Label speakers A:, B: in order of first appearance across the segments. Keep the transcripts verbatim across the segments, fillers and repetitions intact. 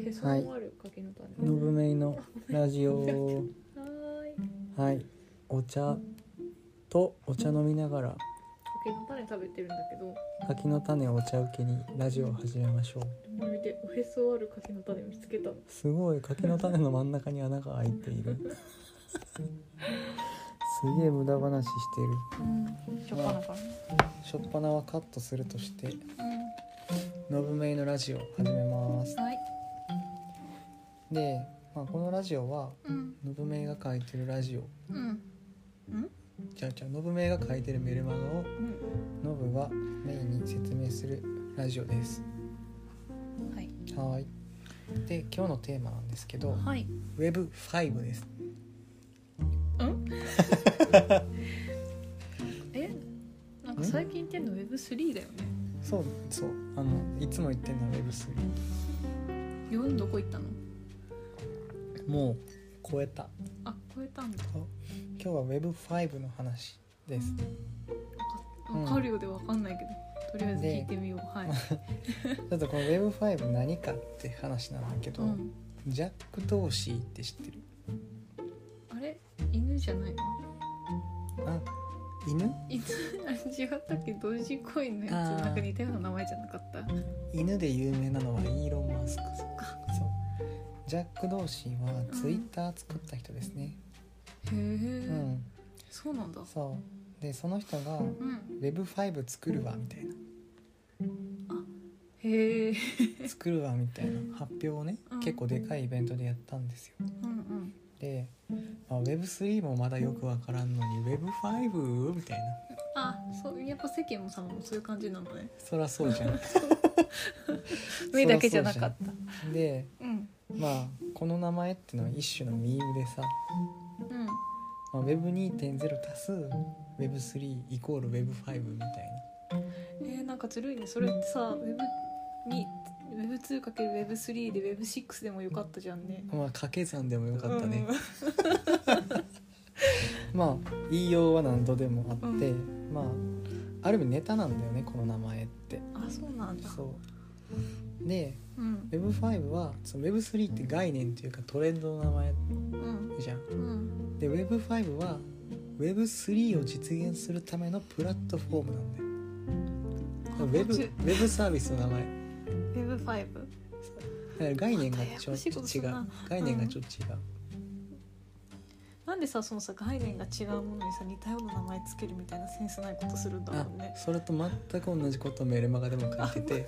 A: へそもある柿の種。
B: のぶめいのラジオ
A: はーい。
B: はいお茶とお茶飲みながら
A: 柿の種食べてるんだけど、
B: 柿の種をお茶受けにラジオを始めましょう。
A: 見て、おへそある柿の種を見つけたの。
B: すごい、柿の種の真ん中に穴が開いているすげえ無駄話してる。
A: うん。しょっぱなから。
B: しょっぱなはカットするとして
A: う
B: のぶめいのラジオを始めます。
A: ん。はい。
B: で、まあ、このラジオは
A: うん。
B: のぶめいが書いてるラジオ
A: うん。うん。
B: じゃあじゃあのぶめいが書いてるメルマガを
A: うん。
B: のぶがメインに説明するラジオです。
A: はい。
B: はい。で、今日のテーマなんですけど、
A: はい。
B: ウェブファイブ です。
A: うんえ、なんか最近言ってんの ウェブスリー だよね。
B: そうそう、あのいつも言ってるのは ウェブスリー。
A: よんどこ行ったの？
B: もう超えた。
A: あ、超えたんだ。
B: 今日は ウェブファイブ の話です。
A: わかるようでわかんないけど、とりあえず聞いてみよう。はい。
B: ちょっとこの ウェブファイブ 何かって話なんだけど、
A: うん、
B: ジャック・ドーシーって知ってる？
A: あれ犬じゃないの？
B: あ、犬？
A: 犬あれ違ったっけ？ドジコインのやつなんか似たような名前じゃなかった？
B: 犬で有名なのはイーロン・マスク。
A: そっか。
B: そう。ジャック・ドーシーはツイッター作った人ですね。
A: へえ、
B: うん。
A: そうなんだ。
B: そうで、その人が
A: うん。
B: ウェブファイブ 作るわみたいな
A: へえ。
B: 作るわみたいな発表をね、
A: うん、
B: 結構でかいイベントでやったんですよ。
A: うんうん。
B: で、まあ、ウェブスリー もまだよくわからんのに ウェブファイブ みたいな。
A: あ、そうやっぱ世間もさもそういう感じなのね。
B: そらそうじゃん
A: 目だけじゃなかった。
B: で、
A: うん。
B: まあこの名前ってのは一種のミームでさ、
A: うん。
B: まあ、ウェブにてんゼロ 足す ウェブスリー イコール ウェブファイブ みたいな。
A: えー、なんかずるいね。それってさ、ウェブに ウェブツーかける ウェブスリー で ウェブシックス でもよかったじゃんね。
B: まあ掛け算でもよかったね、
A: うん、
B: まあ言いようは何度でもあって、
A: うん、
B: まあある意味ネタなんだよね、この名前って。
A: あ、そうなんだ。
B: そうで、
A: うん、
B: ウェブファイブ はその ウェブスリー って概念っていうかトレンドの名前
A: うん
B: じゃん、
A: うん、
B: で ウェブファイブ は ウェブスリー を実現するためのプラットフォームなんだよ。ウェブ、ウェブサービスの名前。
A: ウェブファイブ？
B: だから概念がちょっと違う。概念がちょっと違う、うん、
A: なんでさ、そのさ概念が違うものにさ似たような名前つけるみたいなセンスないことするんだろうね。
B: あ、それと全く同じことをメルマガでも書いてて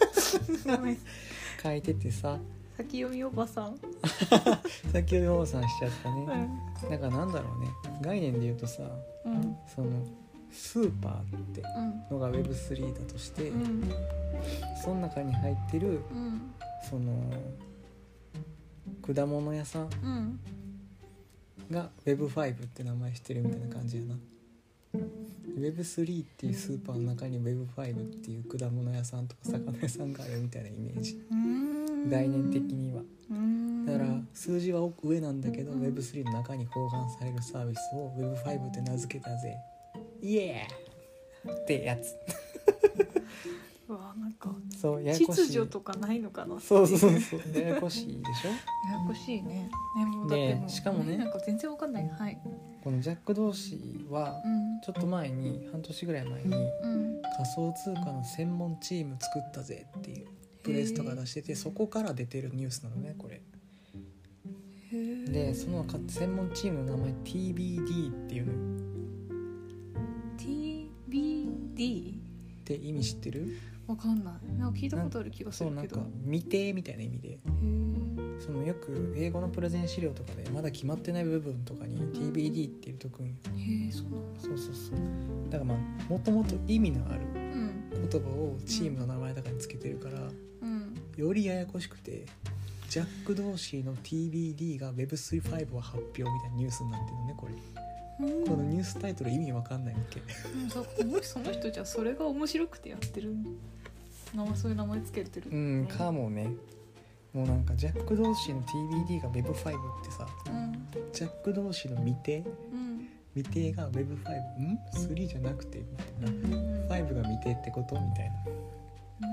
B: 書いててさ、
A: 先読みおばさん
B: 先読みおばさんしちゃったね、
A: うん、
B: だからなんだろうね、概念で言うとさ、
A: うん、
B: そのスーパーってのが ウェブスリー だとして、うん、その中に入ってる、
A: うん、そ
B: の果物屋さんが ウェブファイブ って名前してるみたいな感じやな。ウェブスリー っていうスーパーの中に ウェブファイブ っていう果物屋さんとか魚屋さんがあるみたいなイメージ、概念的には。だから数字は上なんだけど ウェブスリー の中に包含されるサービスを ウェブファイブ って名付けたぜ、イエーってやつ
A: うわ、なんか
B: そうややこしい、
A: 秩序とかないのかな。
B: そうそうそうややこしいでしょ。
A: ややこしいね。ね、もうだってもう
B: でしかもね、
A: なんか全然わかんない。はい。
B: このジャック・ドーシーはちょっと前に、半年ぐらい前に、うん、仮想通貨の専門チーム作ったぜっていうプレスとか出してて、そこから出てるニュースなのねこれ。へでその専門チームの名前 ティービーディー っていうのよ。
A: ティービーディー
B: って意味知ってる？
A: わかんない。なんか聞いたことある気がするけど。
B: そう、なんか未定みたいな意味で、へそのよく英語のプレゼン資料とかでまだ決まってない部分とかに ティービーディー っていうとくんよ。
A: へえ、そうなんだ。
B: そうそうそう。だからまあもともと意味のある言葉をチームの名前とかにつけてるから、うん、よりややこしくて、ジャック・ドーシーの ティービーディー が ウェブスリーファイブ を発表みたいなニュースになってるのねこれ。うん、このニュースタイトル意味わかんないわけ。
A: うん、もしその人じゃそれが面白くてやってる名前、そういう名前つけてる、
B: うん、かもね。もうなんかジャック・ドーシーの ティービーディー が ウェブファイブ ってさ、うん、ジャック・ドーシーの未定、うん、未定が ウェブファイブ、ん ?スリー じゃなくてみたいな、うん、ファイブが未定ってことみたいな。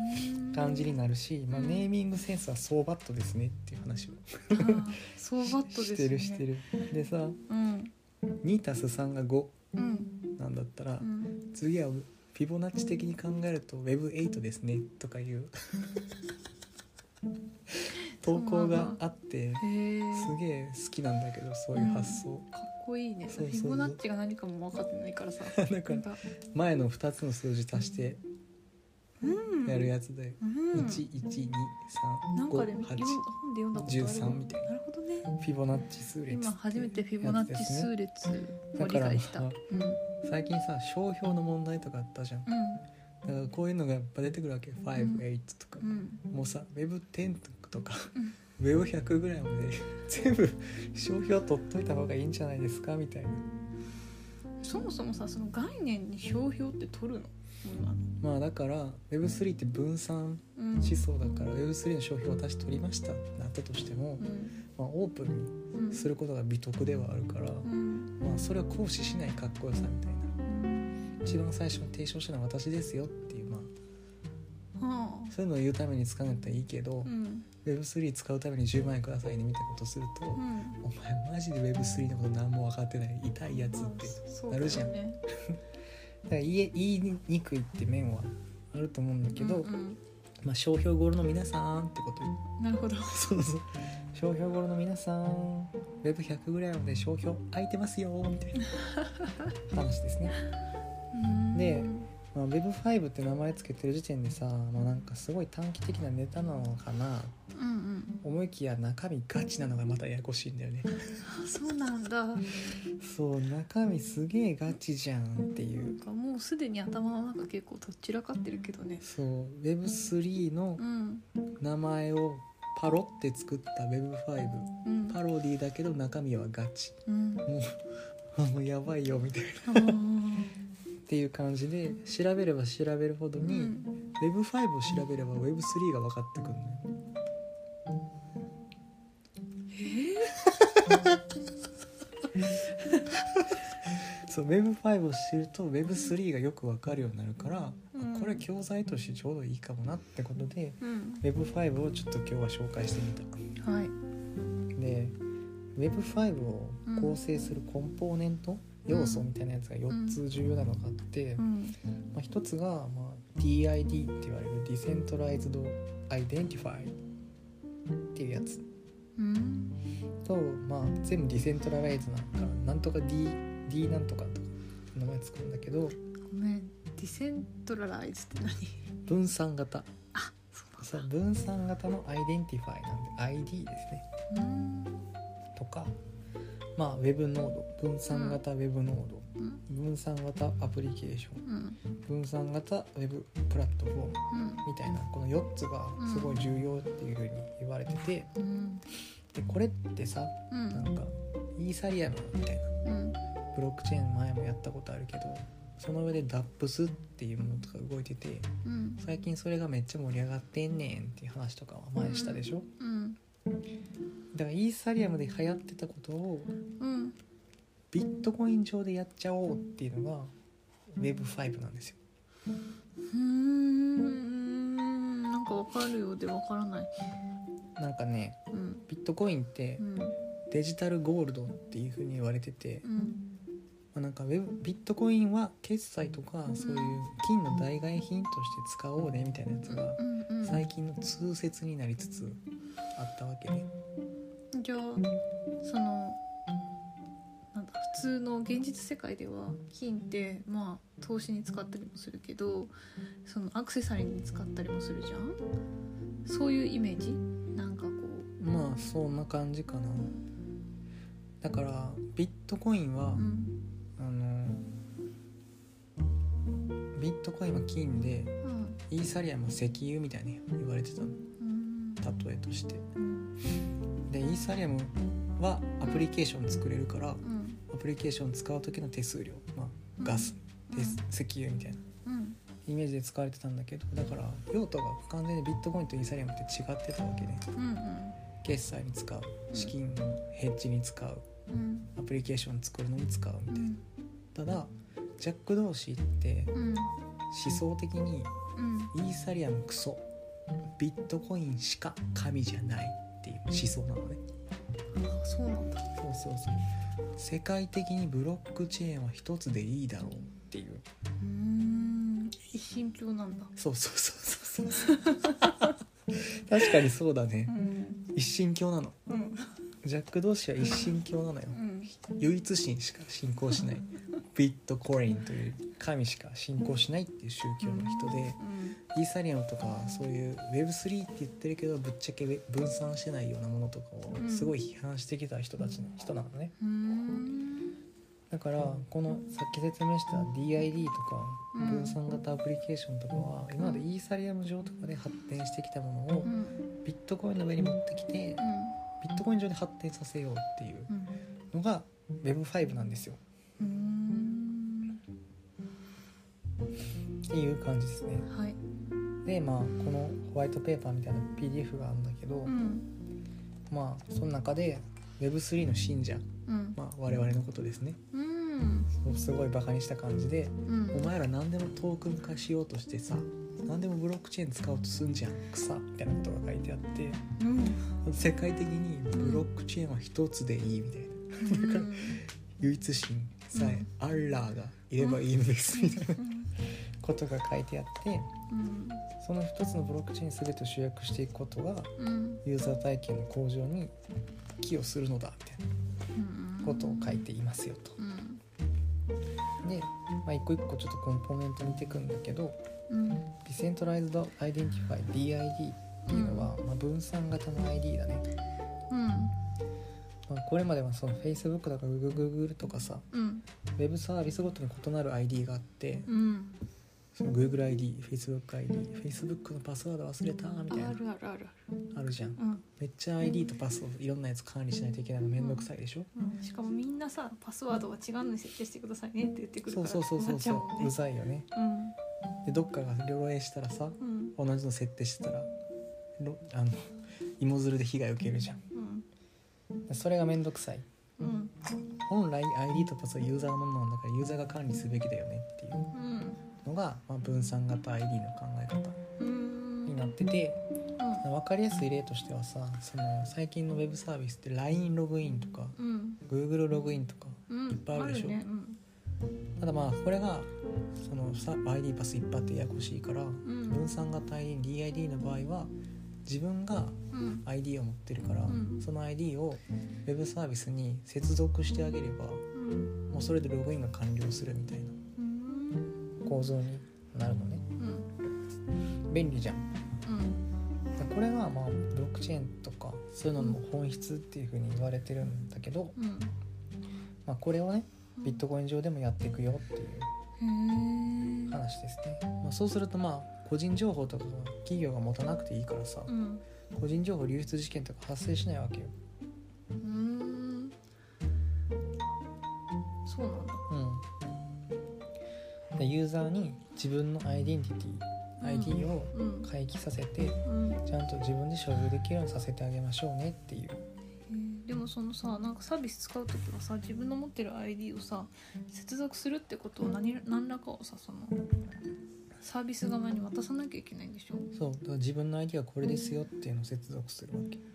B: 感じになるし、まあ、ネーミングセンスはソーバットですねっていう話を
A: ソーバットですね
B: してるしてるでさ、
A: うん、
B: にたすさんがご
A: うん
B: なんだったら、
A: うん、
B: 次はフィボナッチ的に考えると ウェブエイト ですねとかいう投稿があってすげえ好きなんだけど、そういう発想、うん、
A: かっこいいね。
B: そうそうそう、
A: フィボナッチが何かも分かってないからさ
B: だから前のふたつの数字足してやるやつで、うん、いちいちにさんごはち
A: じゅうさんみたいな。なるほどね。
B: フィボナッチ数列、
A: 今初めてフィボナッチ数列を理解した。
B: だから、うん、最近さ商標の問題とかあったじゃん、うん、だからこういうのがやっぱ出てくるわけ、ご、はちとか、うん、もうさ ウェブテン とか、うん、ウェブひゃくぐらいまで全部商標取っといた方がいいんじゃないですかみたいな。
A: そもそもさ、その概念に商標って取るの？
B: まあだから ウェブスリー って分散思想だから、うん、ウェブスリー の商標を私取りましたってなったとしても、うん、まあ、オープンにすることが美徳ではあるから、うん、まあ、それは行使しないかっこよさみたいな、うん、一番最初に提唱したのは私ですよっていう、まあ、はあ、そういうのを言うために使うんだったらいいけど、うん、ウェブスリー 使うためにじゅうまんえんくださいねみたいなことすると、うん、お前マジで ウェブスリー のこと何も分かってない痛いやつってなるじゃん、ねだから 言, い言いにくいって面はあると思うんだけど、うんうん、まあ、商標ゴロの皆さんってことよ。
A: なるほど。
B: そうそう、商標ゴロの皆さん ウェブひゃくぐらいまで商標空いてますよみたいな話ですね。で、まあ、ウェブファイブ って名前つけてる時点でさ、まあ、なんかすごい短期的なネタなのかな、うんうん、思いきや中身ガチなのがまたややこしいんだよね。
A: そうなんだ。
B: そう、中身すげえガチじゃんっていう。
A: なんかもうすでに頭の中結構どちらかってるけどね。
B: そう、 ウェブスリー の名前をパロって作った ウェブファイブ、うん、パロディだけど中身はガチ、うん、もうもうやばいよみたいなっていう感じで、調べれば調べるほどに、うん、ウェブファイブ を調べれば ウェブスリー が分かってくるのよ。そう、ウェブファイブ を知ると ウェブスリー がよく分かるようになるから、うん、これ教材としてちょうどいいかもなってことで、うん、ウェブファイブ をちょっと今日は紹介してみた、はい、で ウェブファイブ を構成するコンポーネント、うん、要素みたいなやつがよっつ重要なのがあって、うん、まあ、ひとつが、まあ、ディーアイディー って言われる Decentralized Identifier っていうやつ、うん、と、まあ、全部ディセントラライズなんかなんとか D, D なんとかとか名前つくんだけど、
A: ごめん、ディセントラライズって何？
B: 分散型。
A: あ、そうなん
B: だ。分散型のアイデンティファイなんで アイディー ですね。うん、とか、まあウェブノード、分散型ウェブノード、うん、分散型アプリケーション、うん、分散型ウェブプラットフォーム、うん、みたいなこのよっつがすごい重要っていう風に言われてて、うん、でこれってさ、うん、なんかイーサリアムみたいな、うん、ブロックチェーン前もやったことあるけど、その上で ダップス っていうものとか動いてて、うん、最近それがめっちゃ盛り上がってんねんっていう話とかは前したでしょ、うんうん、だからイーサリアムで流行ってたことを、うん、ビットコイン上でやっちゃおうっていうのが ウェブファイブ なんですよ。
A: うーん、なんか分かるようで分からない。
B: なんかね、うん、ビットコインってデジタルゴールドっていう風に言われてて、うん、まあ、なんかウェブビットコインは決済とかそういう金の代替品として使おうねみたいなやつが最近の通説になりつつあったわけね。
A: じゃあそのなんだ、普通の現実世界では金ってまあ投資に使ったりもするけど、そのアクセサリーに使ったりもするじゃん。そういうイメージ？なんかこ
B: う、まあそんな感じかな。だからビットコインは、うん、あのビットコインは金で、うん、イーサリアムは石油みたいに言われてたの、うん、例えとして、うん、でイーサリアムはアプリケーション作れるから、うん、アプリケーション使う時の手数料、まあ、ガス、うん、石油みたいな、うん、イメージで使われてたんだけど、だから用途が完全にビットコインとイーサリアムって違ってたわけで、うんうん、決済に使う、資金のヘッジに使う、うん、アプリケーション作るのに使うみたいな、うん、ただジャック同士って思想的に
A: うん、
B: イーサリアムクソ、ビットコインしか神じゃないっていう思想なのね。
A: あ、そうなんだ。
B: そうそうそう、世界的にブロックチェーンは一つでいいだろうっていう、
A: うーん、一神教なんだ。
B: そうそうそうそうそう確かにそうだね、
A: うん、
B: 一神教なの、
A: うん、
B: ジャック同士は一神教なのよ、
A: うん、
B: 唯一神しか信仰しないビットコインという神しか信仰しないっていう宗教の人で、
A: うん、
B: イーサリアムとかそういう ウェブスリー って言ってるけどぶっちゃけ分散してないようなものとかをすごい批判してきた人たちの人なのね、
A: うん、
B: だからこのさっき説明した ディーアイディー とか分散型アプリケーションとかは今までイーサリアム上とかで発展してきたものをビットコインの上に持ってきてビットコイン上で発展させようっていうのが ウェブファイブ なんですよ、
A: うん、
B: っていう感じですね。
A: はい。
B: でまあこのホワイトペーパーみたいな ピーディーエフ があるんだけど、
A: うん、
B: まあその中で ウェブスリー の信者、
A: うん、
B: まあ、我々のことですね、
A: うん、
B: すごいバカにした感じで、
A: うん、
B: お前ら何でもトークン化しようとしてさ、何でもブロックチェーン使おうとすんじゃん草みたいなことが書いてあって、
A: うん、
B: 世界的にブロックチェーンは一つでいいみたいな、うん、唯一神さえアッラーがいればいいのですみたいなことが書いてあって、
A: うん、
B: その一つのブロックチェーン全てを集約していくことが、
A: うん、
B: ユーザー体験の向上に寄与するのだみたいなことを書いていますよと、
A: うん、
B: で、まあ、一個一個ちょっとコンポーネント見ていくんだけど、
A: うん、
B: ディセントライズドアイデンティファイ ディーアイディー っていうのは、まあ、分散型の アイディー だね、
A: うん
B: まあ、これまではその Facebook とか Google とかさ、
A: うん、
B: ウェブサービスごとに異なる アイディー があって、
A: うん、
B: その Google アイディー、Facebook アイディー、Facebook のパスワード忘れたみたいな
A: あるあるある
B: あるじゃん、
A: うん、
B: めっちゃ アイディー とパスをいろんなやつ管理しないといけないのめんどくさいでしょ、
A: うん、しかもみんなさパスワードは違うのに設定してくださいねって言ってくるから
B: そうそうそうそうそう、
A: 困っちゃうもんね。
B: うざいよね、
A: うん、
B: でどっかが漏洩したらさ、
A: うん、
B: 同じの設定してたらろあの芋づるで被害を受けるじゃん、
A: うん、
B: それがめんどくさい、
A: うん、
B: 本来 アイディー とパスはユーザーのものなんだからユーザーが管理すべきだよねっていうのが、まあ、分散型 アイディー の考え方になってて、うん、分かりやすい例としてはさ、その最近のウェブサービスって ライン ログインとか、うん、Google ログインとか、うん、いっぱいあるでしょ、ね、うん、ただまあこれがそのさ アイディー パスいっぱいあってややこしいから、うん、分散型 アイディー、ディーアイディー の場合は自分が アイディー を持ってるから、うん、その アイディー をウェブサービスに接続してあげれば、うん、もうそれでログインが完了するみたいな構造になるのね、うん、便利じゃん、うん、これがまあブロックチェーンとかそういうのの本質っていう風に言われてるんだけど、うんまあ、これをねビットコイン上でもやっていくよっていう話ですね、まあ、そうするとまあ個人情報とか企業が持たなくていいからさ、うん、個人情報流出事件とか発生しないわけよ。
A: うーん、そうなんだ。
B: うん。でユーザーに自分のアイデンティティ、うん、アイディー を回帰させて、うん、ちゃんと自分で所有できるようにさせてあげましょうねっていう。
A: でもそのさ、なんかサービス使うときはさ、自分の持ってる アイディー をさ接続するってことを 何, 何らかをさそのサービス側に渡さなきゃいけないんでしょ。
B: そうだから自分の アイディー はこれですよっていうのを接続するわけ、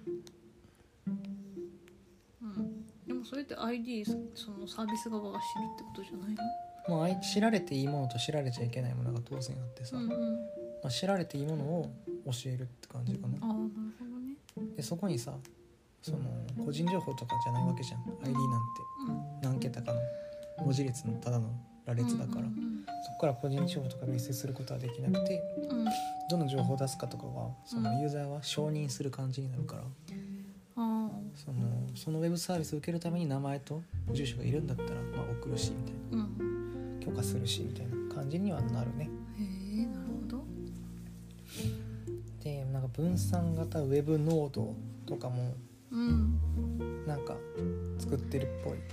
A: うん、でもそれって アイディー そのサービス側が知るってことじゃないの。
B: もう知られていいものと知られちゃいけないものが当然あってさ、うんうんまあ、知られていいものを教えるって感じかな。
A: ああ、なるほどね。
B: でそこにさその個人情報とかじゃないわけじゃん、うん、アイディー なんて、うん、何桁かの文字列のただの羅列だから、うんうんうん、そこから個人情報とか類推することはできなくて、うん、どの情報を出すかとかはそのユーザーは承認する感じになるから、うん、そのそのウェブサービスを受けるために名前と住所がいるんだったら、まあ、送るしみたいな、うん、許可するしみたいな感じにはなるね。
A: へえ、なるほど。
B: でなんか分散型ウェブノードとかもうん、なんか作ってるっぽい。へ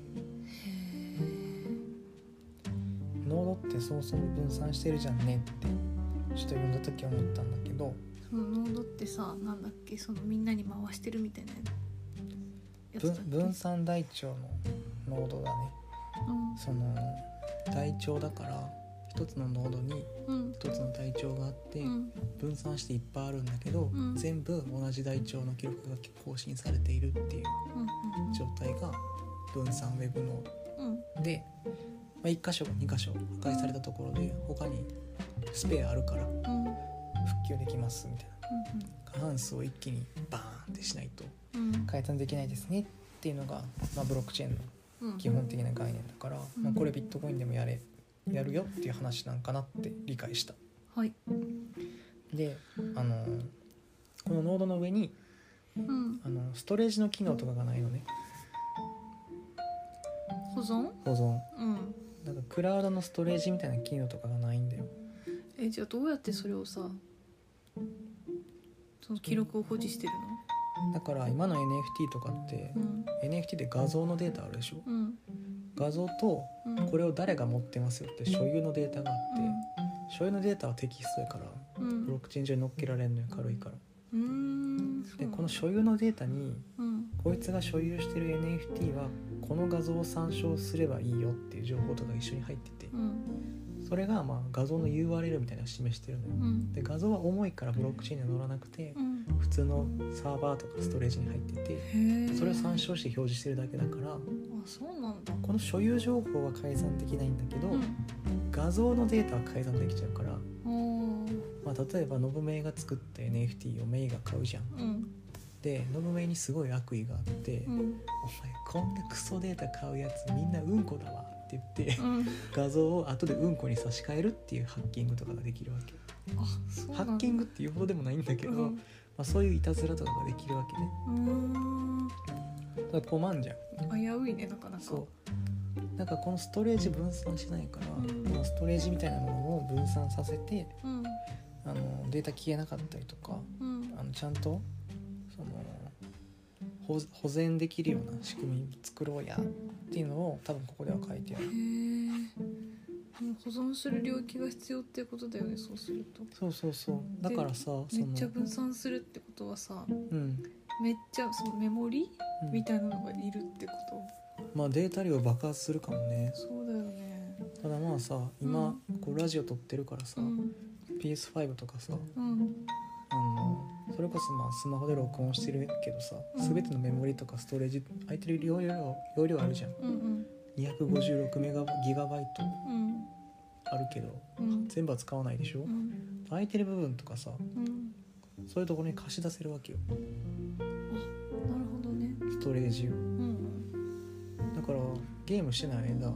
B: ノードってそもそも分散してるじゃんねってちょっと読んだ時思ったんだけど、
A: そのノードってさ、なんだっけ、そのみんなに回してるみたいなやつだっけ。
B: 分散台帳のノードだね、うん、その台帳だから一つのノードに一つの台帳があって、うん、分散していっぱいあるんだけど、うん、全部同じ台帳の記録が更新されているっていう状態が分散ウェブノード、うん、で、まあ、いっ箇所かに箇所破壊されたところで他にスペアあるから、うん、復旧できますみたいな、うんうん、過半数を一気にバーンってしないと改ざんできないですねっていうのが、まあ、ブロックチェーンの基本的な概念だから、うんまあ、これビットコインでもやれやるよっていう話なんかなって理解した。
A: はい。
B: で、あのこのノードの上に、うん、あのストレージの機能とかがないのね。
A: 保存？
B: 保存。
A: うん。
B: なんかクラウドのストレージみたいな機能とかがないんだよ。
A: え、じゃあどうやってそれをさ、その記録を保持してるの？
B: だから今の エヌエフティー とかって、うん、エヌエフティー で画像のデータあるでしょ。うん、画像とこれを誰が持ってますよって所有のデータがあって、うん、所有のデータはテキストやから、うん、ブロックチェーン上に乗っけられるのよ、軽いから。
A: うーん
B: でこの所有のデータに、うん、こいつが所有してる エヌエフティー はこの画像を参照すればいいよっていう情報とか一緒に入ってて、うん、それがまあ画像の ユーアールエル みたいなのを示してるのよ、うん、で画像は重いからブロックチェーンには乗らなくて、うん、普通のサーバーとかストレージに入ってて、それを参照して表示してるだけだから、あ、
A: そうなんだ。
B: この所有情報は改ざんできないんだけど、うん、画像のデータは改ざんできちゃうから、まあ、例えばノブメイが作った エヌエフティー をメイが買うじゃん、うん、でノブメイにすごい悪意があって、うん、お前こんなクソデータ買うやつみんなうんこだわって言って、うん、画像を後でうんこに差し替えるっていうハッキングとかができるわけ。
A: あ、そうなんだ。
B: ハッキングっていうほどでもないんだけど、うんまあ、そういういたずらとかができるわけね。うーん、だから困んじゃん。
A: 危ういね、なかなか。
B: そうだからこのストレージ分散しないから、うん、このストレージみたいなものを分散させて、うん、あのデータ消えなかったりとか、うん、あのちゃんとその 保, 保全できるような仕組み作ろうやっていうのを多分ここでは書いてある。へ
A: ー、保存する領域が必要っていうことだよね、そうすると。
B: そうそうそう。だからさ、
A: めっちゃ分散するってことはさ、
B: うん、
A: めっちゃそのメモリ、うん、みたいなのがいるってこと。
B: まあデータ量爆発するかもね。
A: そうだよね。
B: ただまあさ、今、うん、こうラジオ撮ってるからさ、うん、ピーエスファイブ とかさ、うん、あのそれこそまあスマホで録音してるけどさ、うん、全てのメモリとかストレージ空いてる容量、容量あるじゃん、うんうん、にひゃくごじゅうろくメガギガバイトあるけど、うん、全部は使わないでしょ、うん、空いてる部分とかさ、うん、そういうところに貸し出せるわけよ。
A: あ、なるほどね。
B: ストレージを、うん、だからゲームしてない間、うん、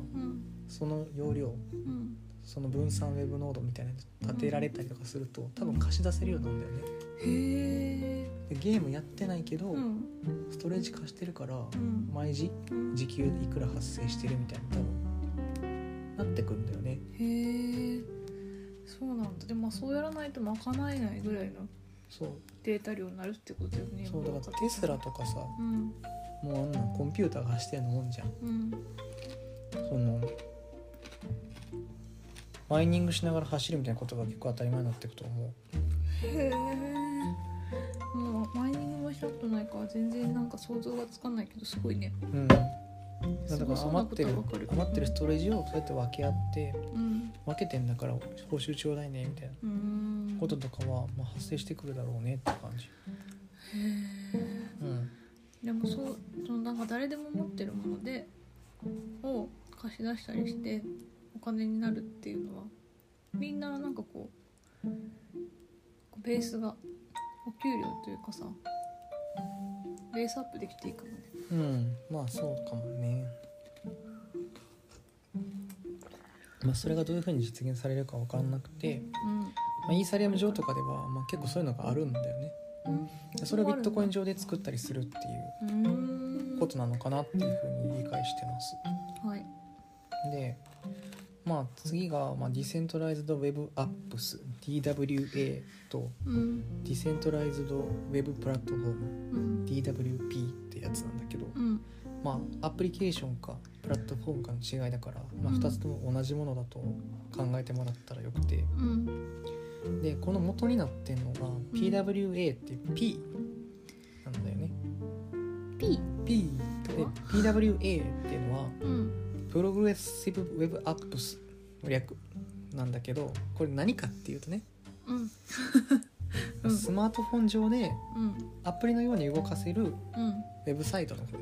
B: その容量、うん、その分散ウェブノードみたいなの立てられたりとかすると、うん、多分貸し出せるようになるんだよね。
A: へ
B: ー。でゲームやってないけど、うん、ストレージ貸してるから、うん、毎時時給いくら発生してるみたいな多分なってくんだよね。
A: へー、そうなんだ。でもそうやらないと賄えないぐらいのデータ量になるってことよね。
B: そうだからテスラとかさ、うん、もうあんなコンピューターが走ってるのもんじゃん、うん、そのマイニングしながら走るみたいなことが結構当たり前になっていくと思う。
A: へえ。もうマイニングもしたことないから全然なんか想像がつかないけどすごいね。うん。だ
B: から余ってる余ってるストレージをそうやって分け合って、うん、分けてんだから報酬ちょうだいねみたいなこととかはまあ発生してくるだろうねって感じ。へ
A: え。うん。でもそう、そのなんか誰でも持ってるものでを貸し出したりしてお金になるっていうのはみんななんかこうベースがお給料というかさベースアップできていいかもね。
B: うん、まあそうかもね。まあそれがどういう風に実現されるか分からなくて、うんまあ、イーサリアム上とかでは、まあ、結構そういうのがあるんだよね、うん、それをビットコイン上で作ったりするっていうことなのかなっていう風に理解してます。はい。でまあ、次が、まあ、ディセントライズドウェブアップス ディーダブリューエー と、うん、ディセントライズドウェブプラットフォーム、うん、ディーダブリューピー ってやつなんだけど、うん、まあアプリケーションかプラットフォームかの違いだから、まあ、ふたつとも同じものだと考えてもらったらよくて、うん、でこの元になってんのが ピーダブリューエー って P なんだよね。
A: P?
B: P で ピーダブリューエー っていうのは、うんプログレッシブウェブアップスの略なんだけど、これ何かっていうとね、
A: うん、
B: スマートフォン上で
A: うん
B: アプリのように動かせる
A: うん
B: ウェブサイトのこと。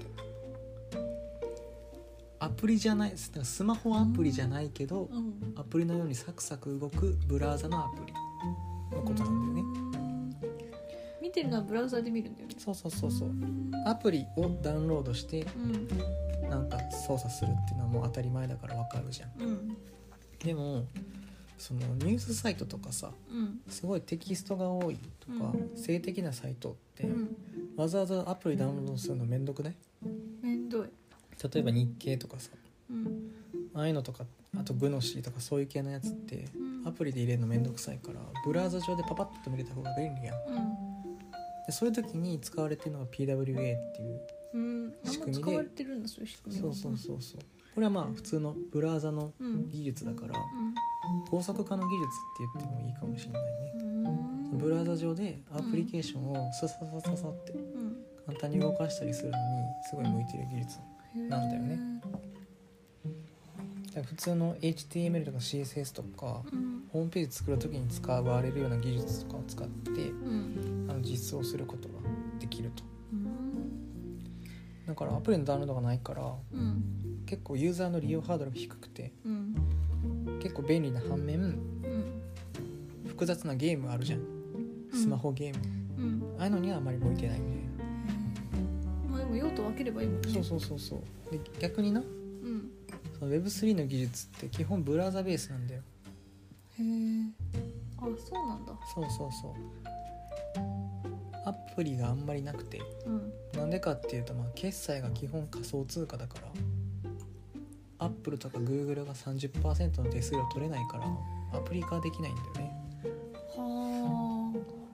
B: アプリじゃない、スマホアプリじゃないけど、
A: うん、
B: アプリのようにサクサク動くブラウザのアプリのことなんだよね。
A: 見てるのはブラウザで見るんだよね。
B: そうそうそうそう。アプリをダウンロードして
A: うん、
B: なんか操作するっていうのはもう当たり前だからわかるじゃん。
A: うん、
B: でもそのニュースサイトとかさ、
A: うん、
B: すごいテキストが多いとか、
A: うん、
B: 性的なサイトって、
A: うん、
B: わざわざアプリダウンロードするのめんどくない？
A: めんどい。
B: 例えば日経とかさ、
A: うん、
B: ああいうのとか、あとグノシーとかそういう系のやつって、
A: うん、
B: アプリで入れるのめんどくさいからブラウザ上でパパッと見れた方が便利やん。
A: うん
B: でそういう時に使われてるのが ピーダブリューエー っていう
A: うん、
B: 仕組みで、
A: あんま使われてるんだそういう仕組み。
B: そうそうそうそう、これはまあ普通のブラウザの
A: うん
B: 技術だから、
A: うん
B: 高速化の技術って言ってもいいかもしれないね。
A: うん
B: ブラウザ上でアプリケーションをサササササって
A: うん
B: 簡単に動かしたりするのにすごい向いてる技術なんだよね。だから普通の エイチティーエムエル とか シーエスエス とか
A: うん
B: ホームページ作る時に使われるような技術とかを使って
A: うん
B: あの実装することができると。
A: うん
B: だからアプリのダウンロードがないから
A: うん
B: 結構ユーザーの利用ハードルが低くて
A: うん
B: 結構便利な反面
A: うん
B: 複雑なゲームあるじゃん、スマホゲーム、
A: うん
B: ああいうのにはあまり向いてないみたいな。
A: まあでも用途分ければいいもんね。
B: そうそうそうそう。で逆にな
A: うん
B: その ウェブスリー の技術って基本ブラウザベースなんだよ。
A: へえ。あ、そうなんだ。
B: そうそうそう。アプリがあんまりなくて、
A: うん
B: なんでかっていうと、まあ決済が基本仮想通貨だからアップルとかグーグルが さんじゅっパーセント の手数料取れないからアプリ化できないんだよね。
A: は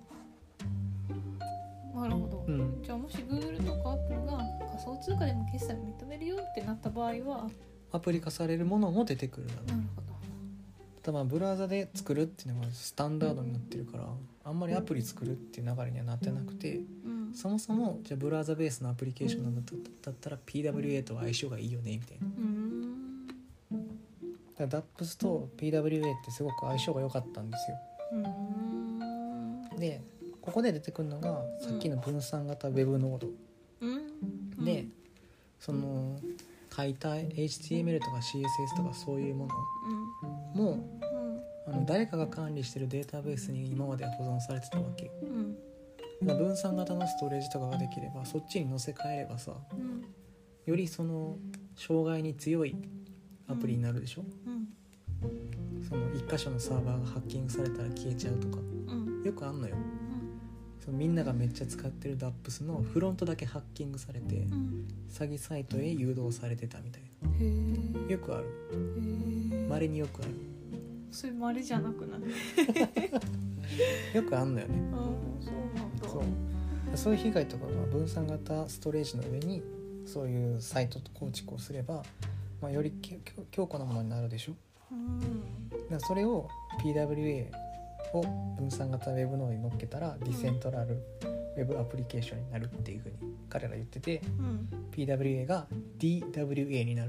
A: あ。なるほど。
B: うん、
A: じゃあもし Google とか Apple が仮想通貨でも決済を認めるよってなった場合は、
B: アプリ化されるものも出てくるだろう。
A: なるほど。
B: ただまあブラウザで作るっていうのがスタンダードになってるからあんまりアプリ作るっていう流れにはなってなくて、
A: うん。
B: そもそもじゃあブラウザベースのアプリケーションなんだったら ピーダブリューエー とは相性がいいよねみたいな。
A: うーん。
B: だから ダップス と ピーダブリューエー ってすごく相性が良かったんですよ。
A: うーん。
B: でここで出てくるのがさっきの分散型ウェブノード、
A: うん。
B: でその書いた エイチティーエムエル とか シーエスエス とかそういうものも
A: うん。うん。
B: あの誰かが管理してるデータベースに今までは保存されてたわけ。
A: うん。
B: 分散型のストレージとかができればそっちに載せ替えればさ
A: うん。
B: よりその障害に強いアプリになるでしょ、
A: うん。
B: その一箇所のサーバーがハッキングされたら消えちゃうとか
A: うん。
B: よくあんのよ。そのみんながめっちゃ使ってる ダップス のフロントだけハッキングされて
A: うん。
B: 詐欺サイトへ誘導されてたみたい
A: へ
B: な
A: え。
B: よくある。
A: へえ。
B: 稀によくある。
A: それもあれじゃなくなる。
B: よくあんのよね。
A: ああ、そうなんだ。
B: そうそういう被害とかが分散型ストレージの上にそういうサイト構築をすれば、まあ、より強固なものになるでしょ。
A: うん。
B: だからそれを ピーダブリューエー を分散型ウェブノードに乗っけたらディセントラルウェブアプリケーションになるっていうふうに彼ら言ってて、
A: うん。
B: ピーダブリューエー が ディーダブリューエー になる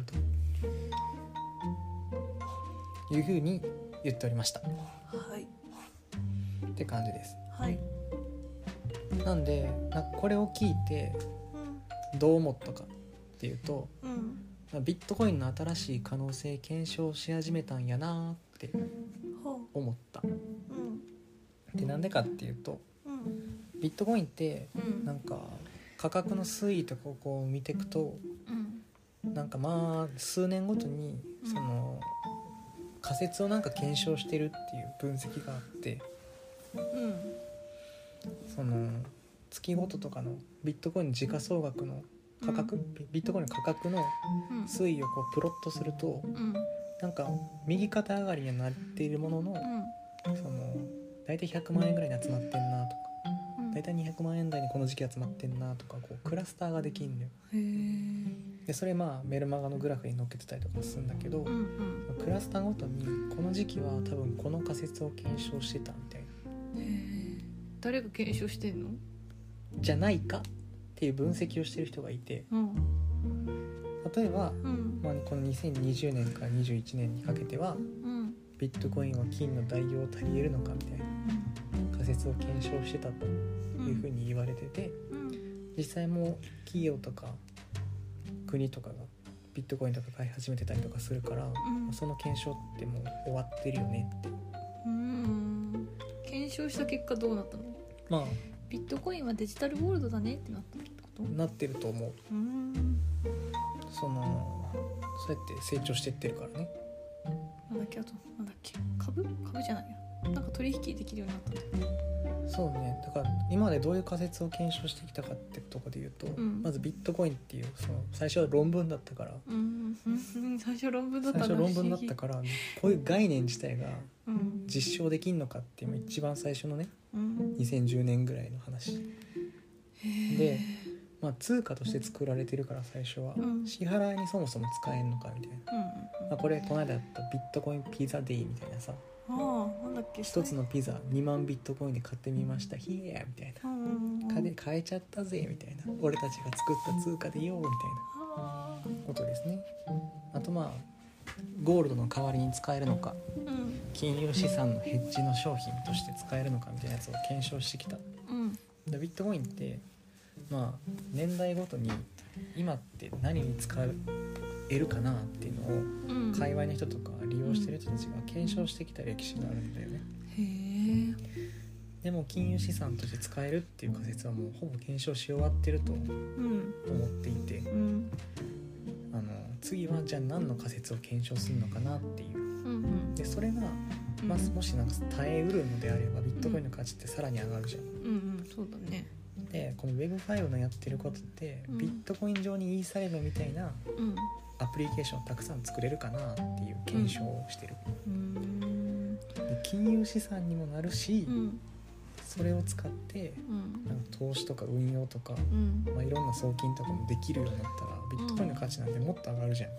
B: というふうに言っておりました
A: はい。
B: って感じです。
A: はい。
B: なんでなこれを聞いて
A: うん。
B: どう思ったかっていうと、
A: うん。
B: ビットコインの新しい可能性検証し始めたんやなって
A: ほ
B: 思った。
A: う。うん。
B: でなんでかっていうと
A: うん。
B: ビットコインって
A: うん。
B: なんか価格の推移とかをこう見ていくと
A: うん。
B: なんかまあ数年ごとにその仮説をなんか検証してるっていう分析があって、
A: うん。
B: その月ごととかのビットコインの時価総額の価格、ビットコインの価格の
A: うん。
B: 推移をこうプロットすると
A: うん。
B: なんか右肩上がりにはなっているものの、
A: うん。
B: その大体ひゃくまんえんぐらいに集まってんなとか
A: うん。
B: 大体にひゃくまんえん台にこの時期集まってんなとかこうクラスターができんのよ。
A: へえ。
B: でそれまあメルマガのグラフに載っけてたりとかするんだけど、
A: うん。うん。
B: クラスターごとにこの時期は多分この仮説を検証してたみたいな
A: へえ。誰が検証してんの？
B: じゃないかっていう分析をしてる人がいて、
A: うん。
B: 例えば、
A: うん。
B: まあ、このにせんにじゅうねんからにじゅういちねんにかけては
A: うん。
B: ビットコインは金の代用を足り得るのかみたいな仮説を検証してたというふうに言われてて、実際も企業とか国とかがビットコインとか買い始めてたりとかするから、うん、その検証ってもう終わってるよねって。
A: うーん、検証した結果どうなったの？
B: まあ
A: ビットコインはデジタルゴールドだねってなったってこと？
B: なってると思う。うーん、そのそうやって成長してってるからね。
A: なんだっけ、あとなんだっけ、株株じゃないや、なんか取引できるようになったんだよ。
B: そうね、だから今までどういう仮説を検証してきたかってところで言うと、うん、まずビットコインっていうその最初は論文だったから、うん
A: うん、最初論文だった
B: 最初論文だったからこういう概念自体が実証できんのかっていうのが一番最初のね、うん、にせんじゅうねんぐらいの話で、まあ、通貨として作られてるから最初は、うん、支払いにそもそも使えんのかみたいな、うんうん、まあ、これこの間やったビットコインピザデイみたいなさ、
A: ああ、なんだっけ、
B: 一つのピザにまんビットコインで買ってみました、ヒエーみたいな、うん、金買えちゃったぜみたいな、俺たちが作った通貨でよみたいなことですね。あとまあゴールドの代わりに使えるのか、うん、金融資産のヘッジの商品として使えるのかみたいなやつを検証してきた、うん、でビットコインってまあ年代ごとに今って何に使えるかなっていうのを、うん、界隈の人とか利用してる人たちが検証してきた歴史があるんだよね。へー。でも金融資産として使えるっていう仮説はもうほぼ検証し終わってると思っていて、うん、あの次はじゃあ何の仮説を検証するのかなっていう、うんうん、でそれが、まあ、もしなんか耐えうるのであればビットコインの価値ってさらに上がるじゃん、うんうん、そうだね。でこの ウェブファイブ のやってることって、うん、ビットコイン上にイーサリアムみたいなアプリケーションをたくさん作れるかなっていう検証をしてる、うん、で金融資産にもなるし、うん、それを使って、うん、なんか投資とか運用とか、うんまあ、いろんな送金とかもできるようになったらビットコインの価値なんてもっと上がるじゃん、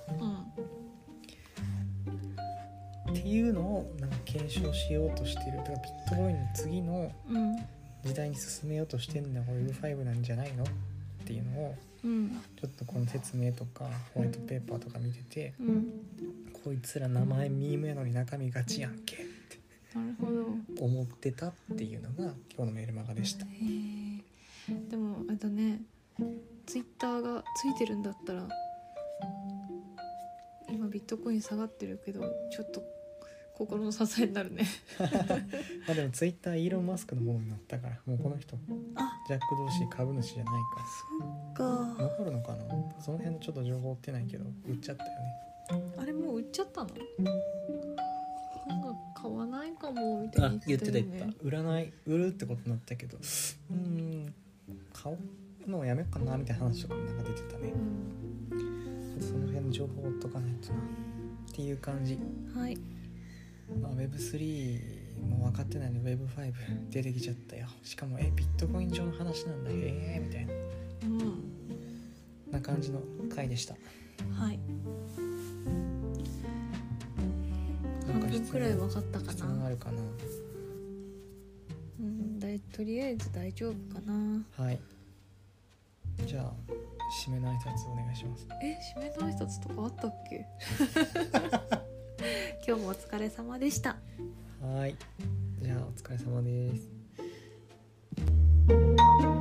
B: うん、っていうのをなんか検証しようとしてる。だからビットコインの次の時代に進めようとしてるのは ウェブファイブ なんじゃないのっていうのを、うん、ちょっとこの説明とかホワイトペーパーとか見てて、うん、こいつら名前ミームやのに中身ガチやんけってなるほど思ってたっていうのが今日のメールマガでした。へ
A: ー。でもあれだね、ツイッターがついてるんだったら今ビットコイン下がってるけどちょっと心の支えになるね
B: まあでもツイッターイーロン・マスクのものになったからもうこの人ジャック・ドーシー株主じゃないからそっか残るのかな。その辺ちょっと情報追ってないけど売っちゃったよね。
A: あれもう売っちゃったの？なんか買わないかもみたいに
B: 言ってたよね。あ、言ってた言ってた。売らない売るってことになったけどうーん買うのをやめようかなみたいな話とかもなんか出てたね、うん、その辺の情報を追っとかないとなっていう感じ。はい。まあ、ウェブスリー も分かってないのに ウェブファイブ 出てきちゃったよ。しかもえビットコイン上の話なんだへえみたいな、うん、な感じの回でした。はい。
A: 半分くらい分かったかな。
B: 質問あるかな。
A: うん、だいとりあえず大丈夫かな。
B: はい。じゃあ締めの挨拶お願いします。
A: え、締めの挨拶とかあったっけ今日もお疲れ様でした。
B: はい。じゃあお疲れ様です。